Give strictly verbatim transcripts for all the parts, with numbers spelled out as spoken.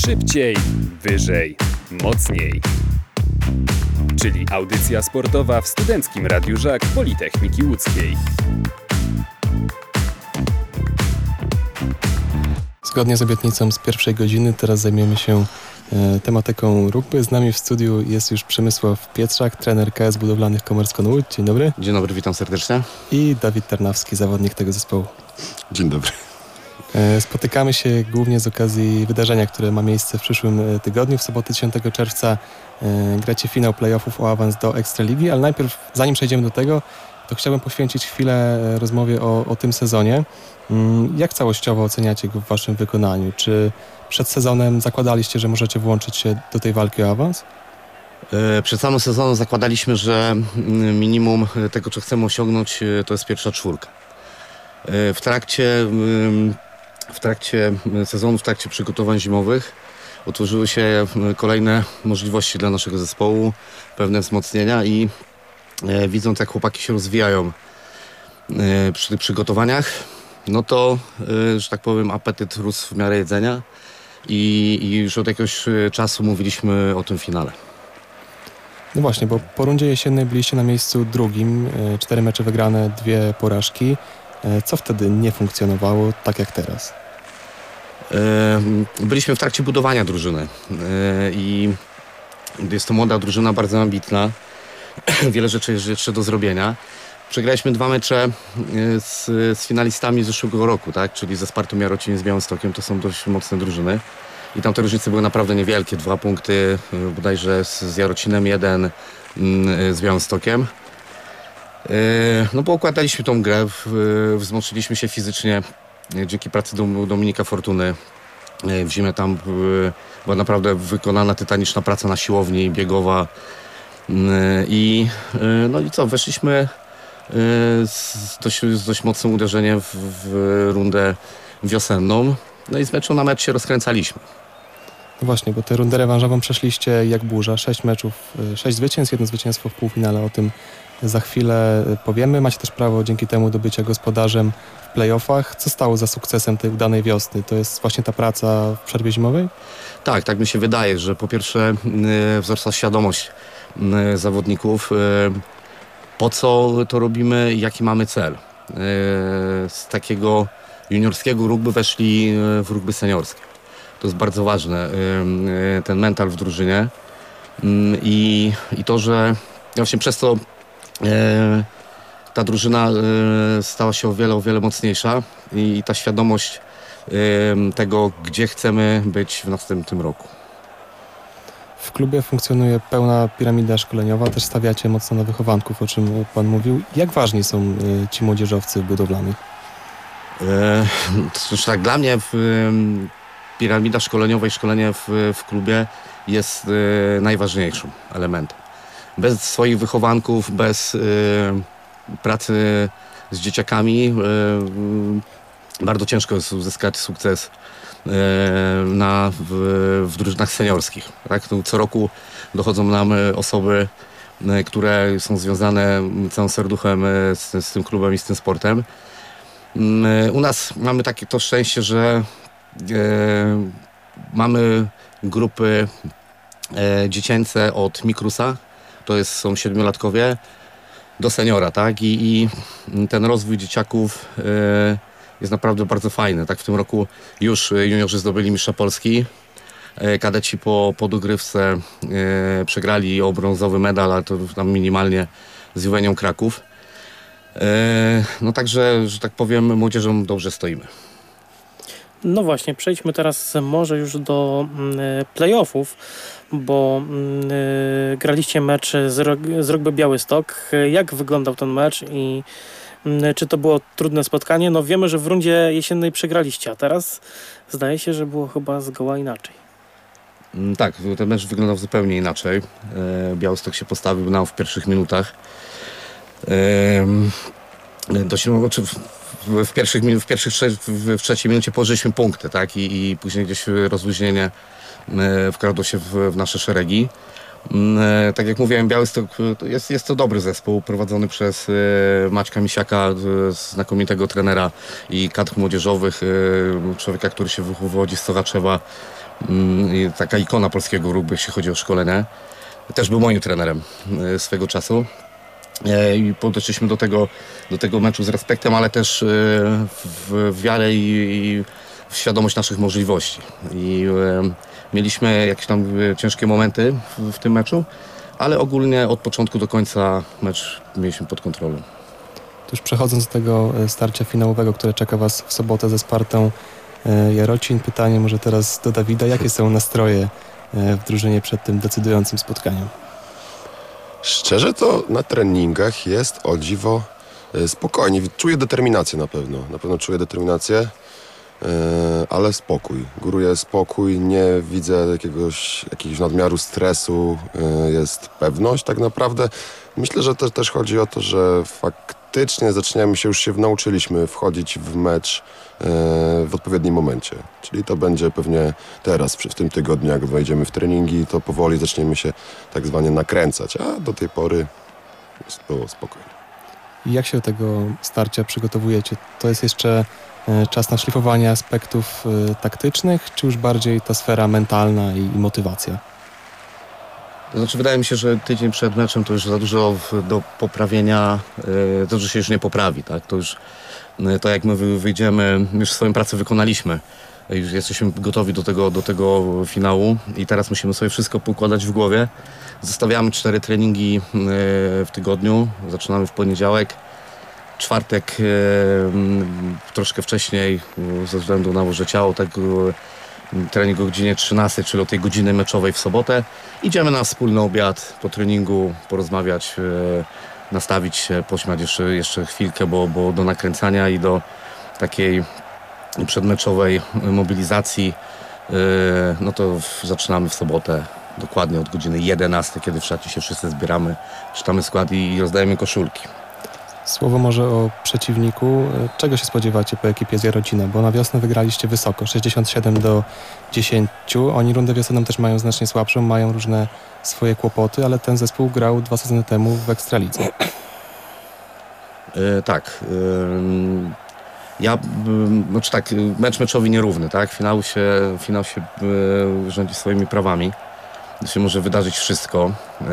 Szybciej, wyżej, mocniej. Czyli audycja sportowa w Studenckim Radiu Żak Politechniki Łódzkiej. Zgodnie z obietnicą z pierwszej godziny teraz zajmiemy się e, tematyką rugby. Z nami w studiu jest już Przemysław Pietrzak, trener K S Budowlanych Komersko Łódź. Dzień dobry. Dzień dobry, witam serdecznie. I Dawid Tarnawski, zawodnik tego zespołu. Dzień dobry. E, spotykamy się głównie z okazji wydarzenia, które ma miejsce w przyszłym tygodniu. W sobotę dziesiątego czerwca e, gracie finał playoffów o awans do Ekstraligi, ale najpierw, zanim przejdziemy do tego, to chciałbym poświęcić chwilę rozmowie o, o tym sezonie. Jak całościowo oceniacie go w waszym wykonaniu? Czy przed sezonem zakładaliście, że możecie włączyć się do tej walki o awans? Przed samym sezonem zakładaliśmy, że minimum tego, co chcemy osiągnąć, to jest pierwsza czwórka. W trakcie, w trakcie sezonu, w trakcie przygotowań zimowych otworzyły się kolejne możliwości dla naszego zespołu, pewne wzmocnienia i widząc, jak chłopaki się rozwijają przy tych przygotowaniach, no to, że tak powiem, apetyt rósł w miarę jedzenia i, i już od jakiegoś czasu mówiliśmy o tym finale. No właśnie, bo po rundzie jesiennej byliście na miejscu drugim, cztery mecze wygrane, dwie porażki. Co wtedy nie funkcjonowało tak jak teraz? Byliśmy w trakcie budowania drużyny i jest to młoda drużyna, bardzo ambitna. Wiele rzeczy jest jeszcze do zrobienia. Przegraliśmy dwa mecze z, z finalistami z zeszłego roku, tak? Czyli ze Spartą Jarocin z Białymstokiem. To są dość mocne drużyny. I tam te różnice były naprawdę niewielkie. Dwa punkty bodajże z, z Jarocinem, jeden z Białymstokiem. No bo układaliśmy tą grę, wzmocniliśmy się fizycznie dzięki pracy Dominika Fortuny. W zimie tam była naprawdę wykonana tytaniczna praca na siłowni, biegowa. I, no i co, weszliśmy z dość, z dość mocnym uderzeniem w, w rundę wiosenną. No i z meczu na mecz się rozkręcaliśmy. No właśnie, bo tę rundę rewanżową przeszliście jak burza. Sześć meczów, sześć zwycięstw, jedno zwycięstwo w półfinale. O tym za chwilę powiemy. Macie też prawo dzięki temu do bycia gospodarzem w playoffach. Co stało za sukcesem tej udanej wiosny? To jest właśnie ta praca w przerwie zimowej? Tak, tak mi się wydaje, że po pierwsze wzrosła świadomość zawodników, po co to robimy, jaki mamy cel. Z takiego juniorskiego rugby weszli w rugby seniorskie. To jest bardzo ważne, ten mental w drużynie i, i to, że właśnie przez to ta drużyna stała się o wiele, o wiele mocniejsza i ta świadomość tego, gdzie chcemy być w następnym roku. W klubie funkcjonuje pełna piramida szkoleniowa, też stawiacie mocno na wychowanków, o czym pan mówił. Jak ważni są ci młodzieżowcy budowlanych? E, to znaczy tak, dla mnie w, piramida szkoleniowa i szkolenie w, w klubie jest e, najważniejszym elementem. Bez swoich wychowanków, bez e, pracy z dzieciakami e, bardzo ciężko jest uzyskać sukces Na, w, w drużynach seniorskich. Tak? Co roku dochodzą nam osoby, które są związane całym serduchem z, z tym klubem i z tym sportem. U nas mamy takie to szczęście, że e, mamy grupy e, dziecięce od mikrusa, to jest, są siedmiolatkowie, do seniora, tak? I, i ten rozwój dzieciaków e, jest naprawdę bardzo fajny. Tak, w tym roku już juniorzy zdobyli mistrza Polski. Kadeci po, po dogrywce e, przegrali o brązowy medal, ale to tam minimalnie z Juwenią Kraków. E, no także, że tak powiem, młodzieżą dobrze stoimy. No właśnie, przejdźmy teraz może już do y, playoffów, bo y, graliście mecz z, z Rugby Białystok. Jak wyglądał ten mecz i czy to było trudne spotkanie? No wiemy, że w rundzie jesiennej przegraliście, a teraz zdaje się, że było chyba zgoła inaczej. Tak, ten mecz wyglądał zupełnie inaczej. Białystok się postawił nam w pierwszych minutach. Dość, w, pierwszych, w, pierwszych, w trzeciej minucie położyliśmy punkty, tak? I, i później gdzieś rozluźnienie wkradło się w, w nasze szeregi. Tak jak mówiłem, Białystok jest, jest to dobry zespół prowadzony przez Maćka Misiaka, znakomitego trenera i kadr młodzieżowych, człowieka, który się wywodzi z Sochaczewa. I taka ikona polskiego rugby, jeśli chodzi o szkolenie. Też był moim trenerem e, swego czasu. E, I podeszliśmy do tego, do tego meczu z respektem, ale też e, w, w wiarę i, i w świadomość naszych możliwości. I e, mieliśmy jakieś tam ciężkie momenty w, w tym meczu, ale ogólnie od początku do końca mecz mieliśmy pod kontrolą. Już przechodząc do tego starcia finałowego, które czeka Was w sobotę ze Spartą Jarocin, pytanie może teraz do Dawida. Jakie są nastroje w drużynie przed tym decydującym spotkaniem? Szczerze to na treningach jest o dziwo spokojnie. Czuję determinację na pewno. Na pewno czuję determinację, ale spokój. Góruje spokój, nie widzę jakiegoś, jakiegoś nadmiaru stresu. Jest pewność tak naprawdę. Myślę, że to też chodzi o to, że faktycznie zaczniemy się, już się nauczyliśmy wchodzić w mecz w odpowiednim momencie. Czyli to będzie pewnie teraz, w tym tygodniu, jak wejdziemy w treningi, to powoli zaczniemy się tak zwanie nakręcać, a do tej pory było spokojnie. I jak się do tego starcia przygotowujecie? To jest jeszcze czas na szlifowanie aspektów taktycznych, czy już bardziej ta sfera mentalna i motywacja? To znaczy, wydaje mi się, że tydzień przed meczem to już za dużo do poprawienia, to już się już nie poprawi, tak? To już to jak my wyjdziemy, już swoją pracę wykonaliśmy. Już jesteśmy gotowi do tego, do tego finału i teraz musimy sobie wszystko poukładać w głowie. Zostawiamy cztery treningi w tygodniu, zaczynamy w poniedziałek. Czwartek troszkę wcześniej, ze względu na że ciało, tak trening o godzinie trzynastej, czyli o tej godziny meczowej w sobotę. Idziemy na wspólny obiad po treningu, porozmawiać, nastawić się, pośmiać jeszcze, jeszcze chwilkę, bo, bo do nakręcania i do takiej przedmeczowej mobilizacji, no to zaczynamy w sobotę dokładnie od godziny jedenastej, kiedy w szacie się wszyscy zbieramy, czytamy skład i rozdajemy koszulki. Słowo może o przeciwniku. Czego się spodziewacie po ekipie z Jarocina? Bo na wiosnę wygraliście wysoko, sześćdziesiąt siedem do dziesięciu. Oni rundę wiosenną też mają znacznie słabszą, mają różne swoje kłopoty, ale ten zespół grał dwa sezony temu w Ekstralidze. Yy, tak. Yy, ja, yy, znaczy tak, mecz meczowy nierówny, tak? Finał się, finał się yy, rządzi swoimi prawami. To się może wydarzyć wszystko. Yy,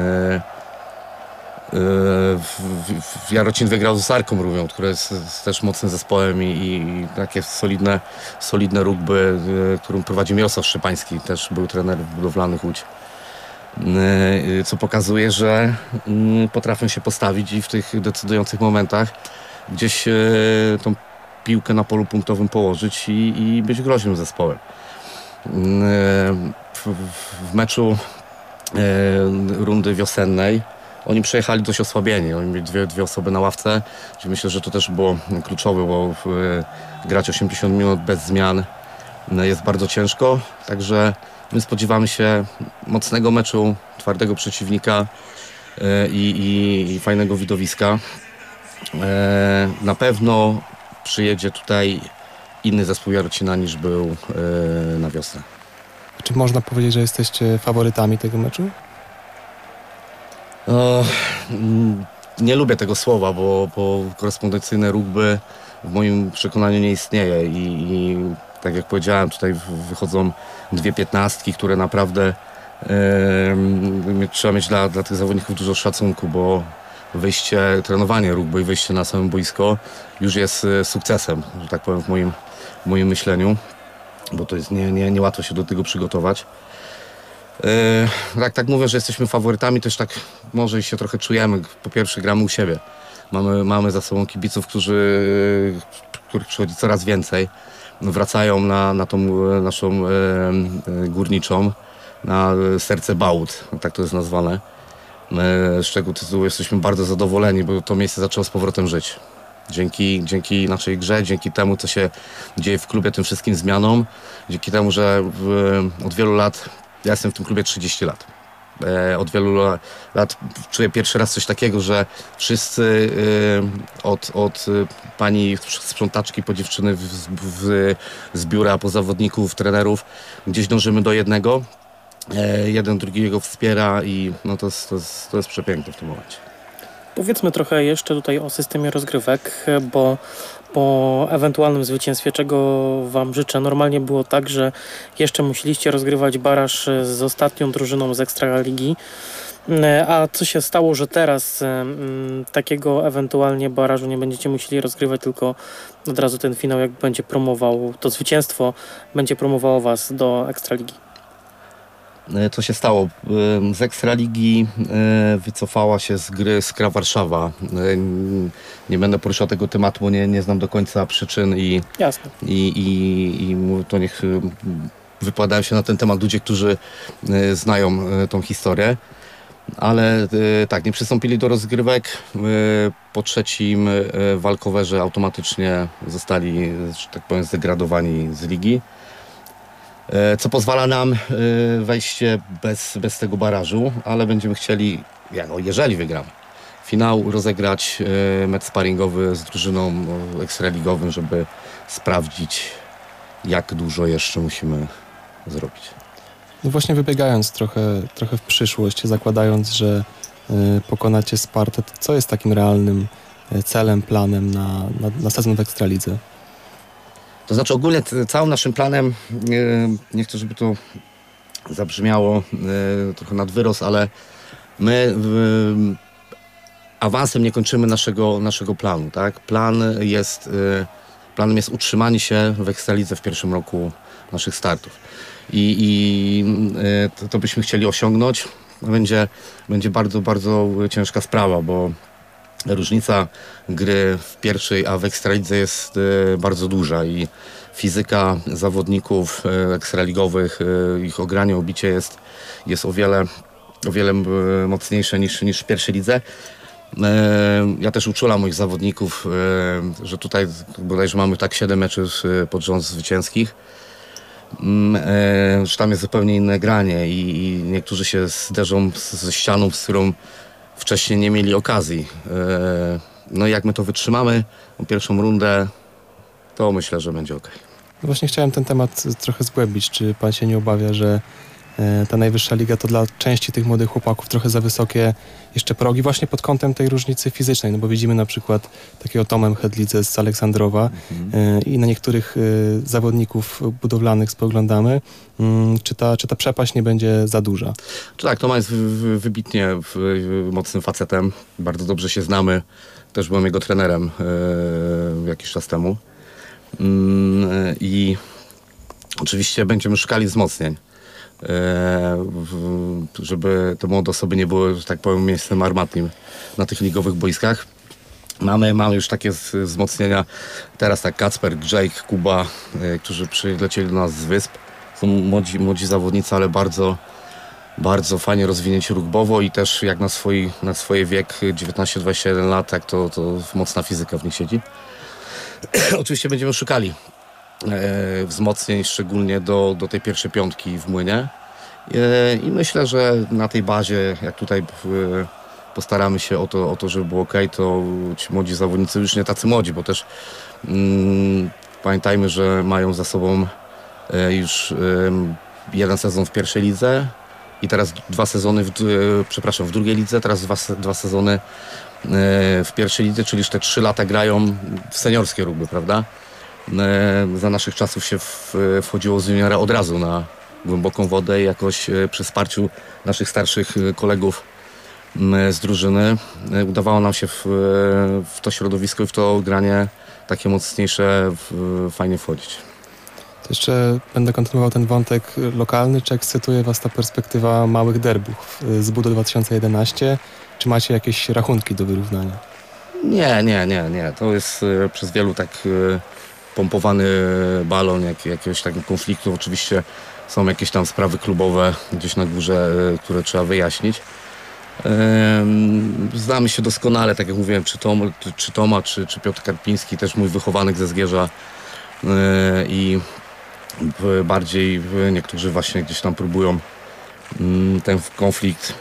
W, w, w Jarocin wygrał z Arką Rumią, które jest, jest też mocnym zespołem i, i takie solidne, solidne rugby, y, którym prowadzi Mirosław Szczepański, też był trener budowlanych Łódź, y, co pokazuje, że y, potrafią się postawić i w tych decydujących momentach gdzieś y, tą piłkę na polu punktowym położyć i, i być groźnym zespołem. Y, w, w meczu y, rundy wiosennej oni przyjechali dość osłabieni, oni mieli dwie, dwie osoby na ławce, czyli myślę, że to też było kluczowe, bo y, grać osiemdziesiąt minut bez zmian y, jest bardzo ciężko, także my spodziewamy się mocnego meczu, twardego przeciwnika y, i, i fajnego widowiska. Y, na pewno przyjedzie tutaj inny zespół Jarocina niż był y, na wiosnę. Czy można powiedzieć, że jesteście faworytami tego meczu? O, nie lubię tego słowa, bo, bo korespondencyjne rugby w moim przekonaniu nie istnieje i, i tak jak powiedziałem, tutaj wychodzą dwie piętnastki, które naprawdę e, trzeba mieć dla, dla tych zawodników dużo szacunku, bo wyjście, trenowanie rugby i wyjście na samym boisko już jest sukcesem, że tak powiem, w moim, w moim myśleniu, bo to jest nie, nie, niełatwo się do tego przygotować. Yy, tak, tak mówię, że jesteśmy faworytami, też tak może i się trochę czujemy. Po pierwsze gramy u siebie. Mamy, mamy za sobą kibiców, którzy, których przychodzi coraz więcej. Wracają na, na tą naszą e, e, górniczą, na serce Bałut, tak to jest nazwane. E, z czego tytułu jesteśmy bardzo zadowoleni, bo to miejsce zaczęło z powrotem żyć. Dzięki, dzięki naszej grze, dzięki temu, co się dzieje w klubie, tym wszystkim zmianom, dzięki temu, że w, od wielu lat ja jestem w tym klubie trzydzieści lat. E, od wielu lat czuję pierwszy raz coś takiego, że wszyscy e, od, od pani sprzątaczki po dziewczyny w, w, z biura, po zawodników, trenerów, gdzieś dążymy do jednego. E, jeden drugiego wspiera i no to, jest, to, jest, to jest przepiękne w tym momencie. Powiedzmy trochę jeszcze tutaj o systemie rozgrywek, bo po ewentualnym zwycięstwie, czego Wam życzę. Normalnie było tak, że jeszcze musieliście rozgrywać baraż z ostatnią drużyną z Ekstraligi. A co się stało, że teraz m, takiego ewentualnie barażu nie będziecie musieli rozgrywać, tylko od razu ten finał jak będzie promował, to zwycięstwo będzie promowało Was do Ekstraligi? Co się stało? Z Ekstraligi wycofała się z gry Skra Warszawa. Nie będę poruszał tego tematu, bo nie, nie znam do końca przyczyn i, Jasne. i, i, i to niech wypowiadają się na ten temat ludzie, którzy znają tą historię. Ale tak, nie przystąpili do rozgrywek. Po trzecim walkowerze automatycznie zostali, że tak powiem, zdegradowani z ligi. Co pozwala nam wejście bez, bez tego barażu, ale będziemy chcieli, no, jeżeli wygramy, finał rozegrać mecz sparingowy z drużyną ekstraligowym, żeby sprawdzić, jak dużo jeszcze musimy zrobić. No właśnie wybiegając trochę, trochę w przyszłość, zakładając, że y, pokonacie Spartę, to co jest takim realnym celem, planem na, na, na sezon w Ekstralidze? To znaczy ogólnie t- całym naszym planem, yy, nie chcę, żeby to zabrzmiało yy, trochę nad wyrost, ale my yy, awansem nie kończymy naszego, naszego planu, tak? Plan jest, yy, planem jest utrzymanie się w Ekstralidze w pierwszym roku naszych startów. I, i yy, to, to byśmy chcieli osiągnąć. Będzie, będzie bardzo, bardzo ciężka sprawa, bo różnica gry w pierwszej, a w Ekstralidze jest y, bardzo duża i fizyka zawodników y, ekstraligowych, y, ich ogranie, obicie jest, jest o wiele, o wiele y, mocniejsze niż, niż w pierwszej lidze. Y, ja też uczulam moich zawodników, y, że tutaj bodajże mamy tak siedem meczów y, pod rząd zwycięskich, y, że tam jest zupełnie inne granie i, i niektórzy się zderzą ze ścianą, z którą wcześniej nie mieli okazji. No i jak my to wytrzymamy, pierwszą rundę, to myślę, że będzie ok. No właśnie chciałem ten temat trochę zgłębić. Czy pan się nie obawia, że ta najwyższa liga to dla części tych młodych chłopaków trochę za wysokie jeszcze progi właśnie pod kątem tej różnicy fizycznej? No bo widzimy na przykład takiego Tomem Hedlidze z Aleksandrowa mhm. i na niektórych zawodników budowlanych spoglądamy. Czy ta, czy ta przepaść nie będzie za duża? Tak, Toma jest wybitnie mocnym facetem. Bardzo dobrze się znamy. Też byłem jego trenerem jakiś czas temu. I oczywiście będziemy szukali wzmocnień, żeby te młode osoby nie były, że tak powiem, miejscem armatnim na tych ligowych boiskach. Mamy, mamy już takie wzmocnienia. Teraz tak Kacper, Jake, Kuba, którzy przylecieli do nas z wysp. Są młodzi, młodzi zawodnicy, ale bardzo, bardzo fajnie rozwinięci rugbowo i też jak na, swój, na swoje wiek dziewiętnaście dwadzieścia jeden lat, tak to, to mocna fizyka w nich siedzi. Oczywiście będziemy szukali e, wzmocnień, szczególnie do, do tej pierwszej piątki w Młynie. E, I myślę, że na tej bazie, jak tutaj e, postaramy się o to, o to, żeby było ok, to ci młodzi zawodnicy, już nie tacy młodzi, bo też mm, pamiętajmy, że mają za sobą e, już e, jeden sezon w pierwszej lidze i teraz dwa sezony, w, e, przepraszam, w drugiej lidze, teraz dwa, dwa sezony w pierwszej lidze, czyli już te trzy lata grają w seniorskie rugby, prawda? Za naszych czasów się w, wchodziło z juniora od razu na głęboką wodę i jakoś przy wsparciu naszych starszych kolegów z drużyny udawało nam się w, w to środowisko i w to granie takie mocniejsze w, fajnie wchodzić. To jeszcze będę kontynuował ten wątek lokalny. Czy ekscytuje Was ta perspektywa małych derbów z Budo dwa tysiące jedenaście? Czy macie jakieś rachunki do wyrównania? Nie, nie, nie, nie. To jest y, przez wielu tak y, pompowany balon jak, jakiegoś takiego konfliktu. Oczywiście są jakieś tam sprawy klubowe gdzieś na górze, y, które trzeba wyjaśnić. Y, znamy się doskonale, tak jak mówiłem, czy, Tom, czy Toma, czy, czy Piotr Karpiński, też mój wychowanek ze Zgierza y, i y, bardziej y, niektórzy właśnie gdzieś tam próbują y, ten konflikt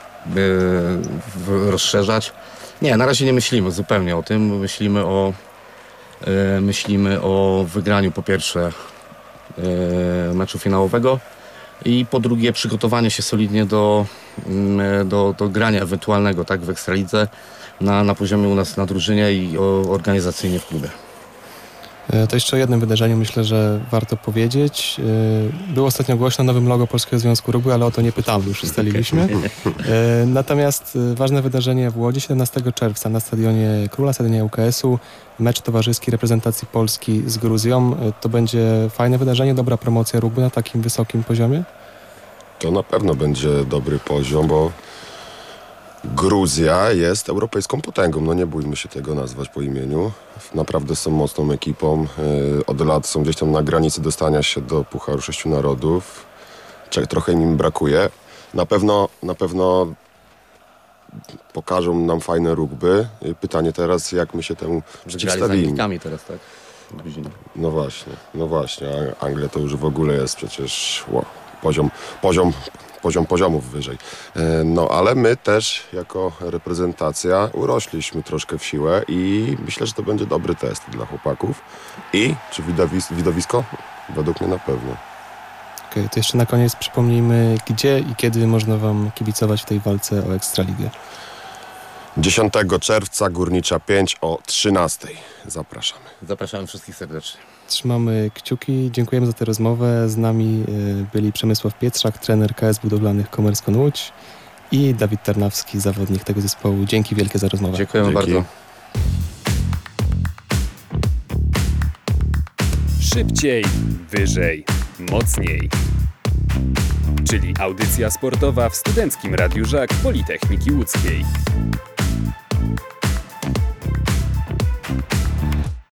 rozszerzać. Nie, na razie nie myślimy zupełnie o tym. Myślimy o, yy, myślimy o wygraniu po pierwsze yy, meczu finałowego i po drugie przygotowanie się solidnie do, yy, do, do grania ewentualnego, tak, w Ekstralidze. na, na poziomie u nas na drużynie i o, organizacyjnie w klubie. To jeszcze o jednym wydarzeniu myślę, że warto powiedzieć. Było ostatnio głośno o nowym logo Polskiego Związku Rugby, ale o to nie pytamy, już ustaliliśmy. Natomiast ważne wydarzenie w Łodzi siedemnastego czerwca na stadionie Króla, stadionie U K S-u. Mecz towarzyski reprezentacji Polski z Gruzją. To będzie fajne wydarzenie, dobra promocja rugby na takim wysokim poziomie? To na pewno będzie dobry poziom, bo Gruzja jest europejską potęgą, no nie bójmy się tego nazwać po imieniu. Naprawdę są mocną ekipą, od lat są gdzieś tam na granicy dostania się do Pucharu Sześciu Narodów. Trochę im brakuje. Na pewno, na pewno pokażą nam fajne rugby. Pytanie teraz, jak my się temu przeciwstawimy. Z Anglikami teraz, tak? No właśnie, no właśnie. Anglia to już w ogóle jest przecież wow, poziom, poziom poziom poziomów wyżej. No ale my też jako reprezentacja urośliśmy troszkę w siłę i myślę, że to będzie dobry test dla chłopaków. I czy widowis- widowisko? Według mnie na pewno. Okej, okay, to jeszcze na koniec przypomnijmy, gdzie i kiedy można wam kibicować w tej walce o Ekstraligę. dziesiątego czerwca Górnicza pięć o trzynastej. Zapraszamy. Zapraszamy wszystkich serdecznie. Trzymamy kciuki, dziękujemy za tę rozmowę. Z nami byli Przemysław Pietrzak, trener K S Budowlanych Komerskon Łódź i Dawid Tarnawski, zawodnik tego zespołu. Dzięki wielkie za rozmowę. Dziękujemy Dzięki. bardzo. Szybciej, wyżej, mocniej. Czyli audycja sportowa w Studenckim Radiu Żak Politechniki Łódzkiej.